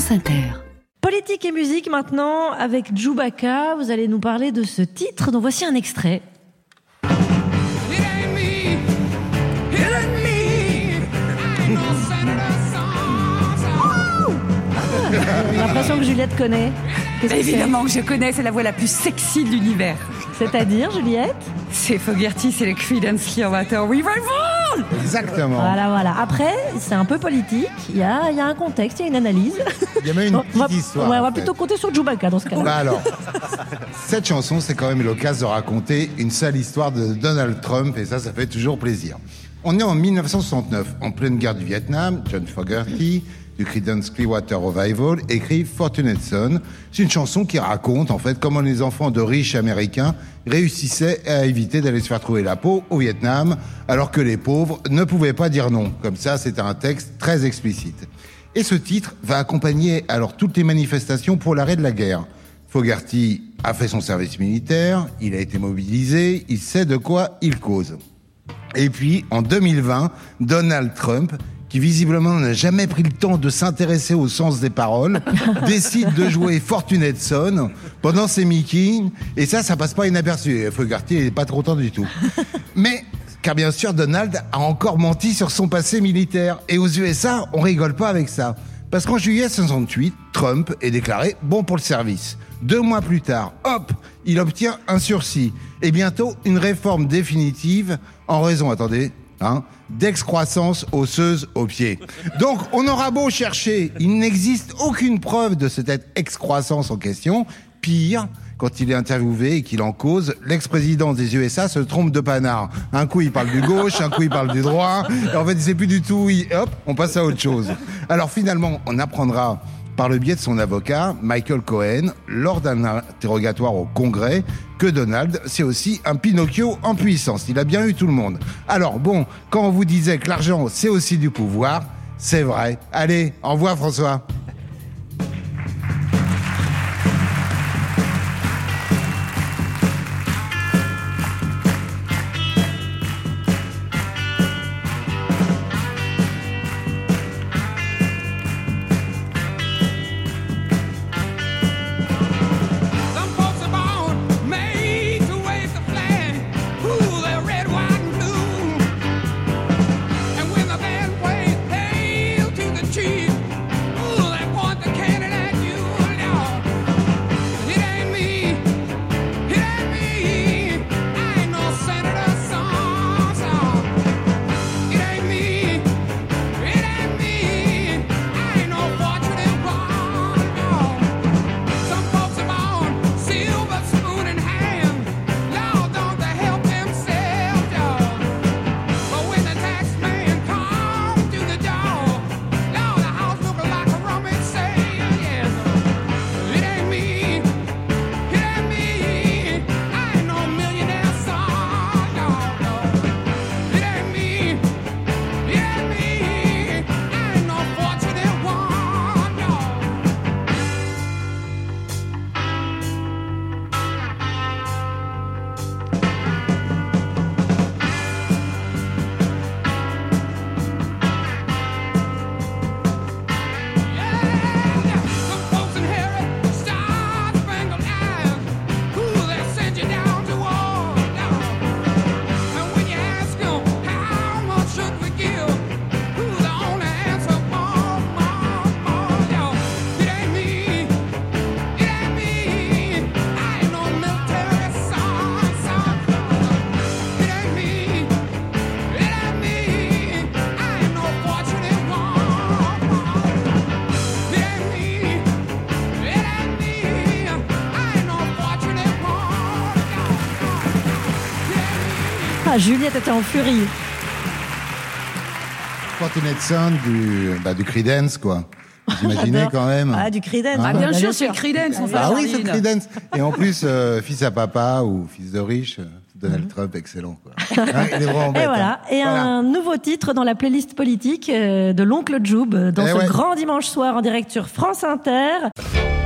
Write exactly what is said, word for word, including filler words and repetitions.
France Inter. Politique et musique maintenant avec Djoubaka. Vous allez nous parler de ce titre dont voici un extrait. J'ai l'impression que Juliette connaît. Qu'est-ce que Évidemment que je connais, c'est la voix la plus sexy de l'univers. C'est-à-dire, Juliette? C'est Fogerty, c'est le Creedence Clearwater Revival. Exactement. Voilà, voilà. Après, c'est un peu politique. Il y a, il y a un contexte, il y a une analyse. Il y a même une on petite va, histoire. ouais, on va en fait. plutôt compter sur Djoubaka dans ce cas-là. Bah alors, cette chanson, c'est quand même l'occasion de raconter une seule histoire de Donald Trump, et ça, ça fait toujours plaisir. On est en dix-neuf cent soixante-neuf, en pleine guerre du Vietnam. John Fogerty, du Creedence Clearwater Revival, écrit Fortunate Son. C'est une chanson qui raconte, en fait, comment les enfants de riches américains réussissaient à éviter d'aller se faire trouver la peau au Vietnam, alors que les pauvres ne pouvaient pas dire non. Comme ça, c'était un texte très explicite. Et ce titre va accompagner alors toutes les manifestations pour l'arrêt de la guerre. Fogerty a fait son service militaire, il a été mobilisé, il sait de quoi il cause. Et puis, en deux mille vingt, Donald Trump, qui visiblement n'a jamais pris le temps de s'intéresser au sens des paroles, décide de jouer Fortunate Son pendant ses meetings, et ça, ça passe pas inaperçu. Fogerty n'est pas trop content du tout. Mais, car bien sûr, Donald a encore menti sur son passé militaire. Et aux U S A, on rigole pas avec ça. Parce qu'en juillet soixante-huit, Trump est déclaré bon pour le service. Deux mois plus tard, hop, il obtient un sursis. Et bientôt, une réforme définitive en raison, attendez, hein, d'excroissance osseuse au pied. Donc, on aura beau chercher, il n'existe aucune preuve de cette excroissance en question. Pire, quand il est interviewé et qu'il en cause, l'ex-président des U S A se trompe de panard. Un coup, il parle du gauche, un coup, il parle du droit. Et en fait, il sait plus du tout. Il... Hop, on passe à autre chose. Alors finalement, on apprendra par le biais de son avocat, Michael Cohen, lors d'un interrogatoire au Congrès, que Donald, c'est aussi un Pinocchio en puissance. Il a bien eu tout le monde. Alors bon, quand on vous disait que l'argent, c'est aussi du pouvoir, c'est vrai. Allez, au revoir François. Ah, Juliette était en furie. Fortunate Son du, bah, du Creedence, quoi. Vous imaginez quand même. Ah, du Creedence. Ah, bien bah, sûr, c'est le Creedence. On fait Ah la oui, c'est le jardine. Creedence. Et en plus, euh, fils à papa ou fils de riche, euh, Donald Trump, excellent, quoi. Hein, il est vraiment bête, Et voilà. hein. Et Voilà. un nouveau titre dans la playlist politique euh, de l'oncle Djoub dans Eh ce ouais. grand dimanche soir en direct sur France Inter.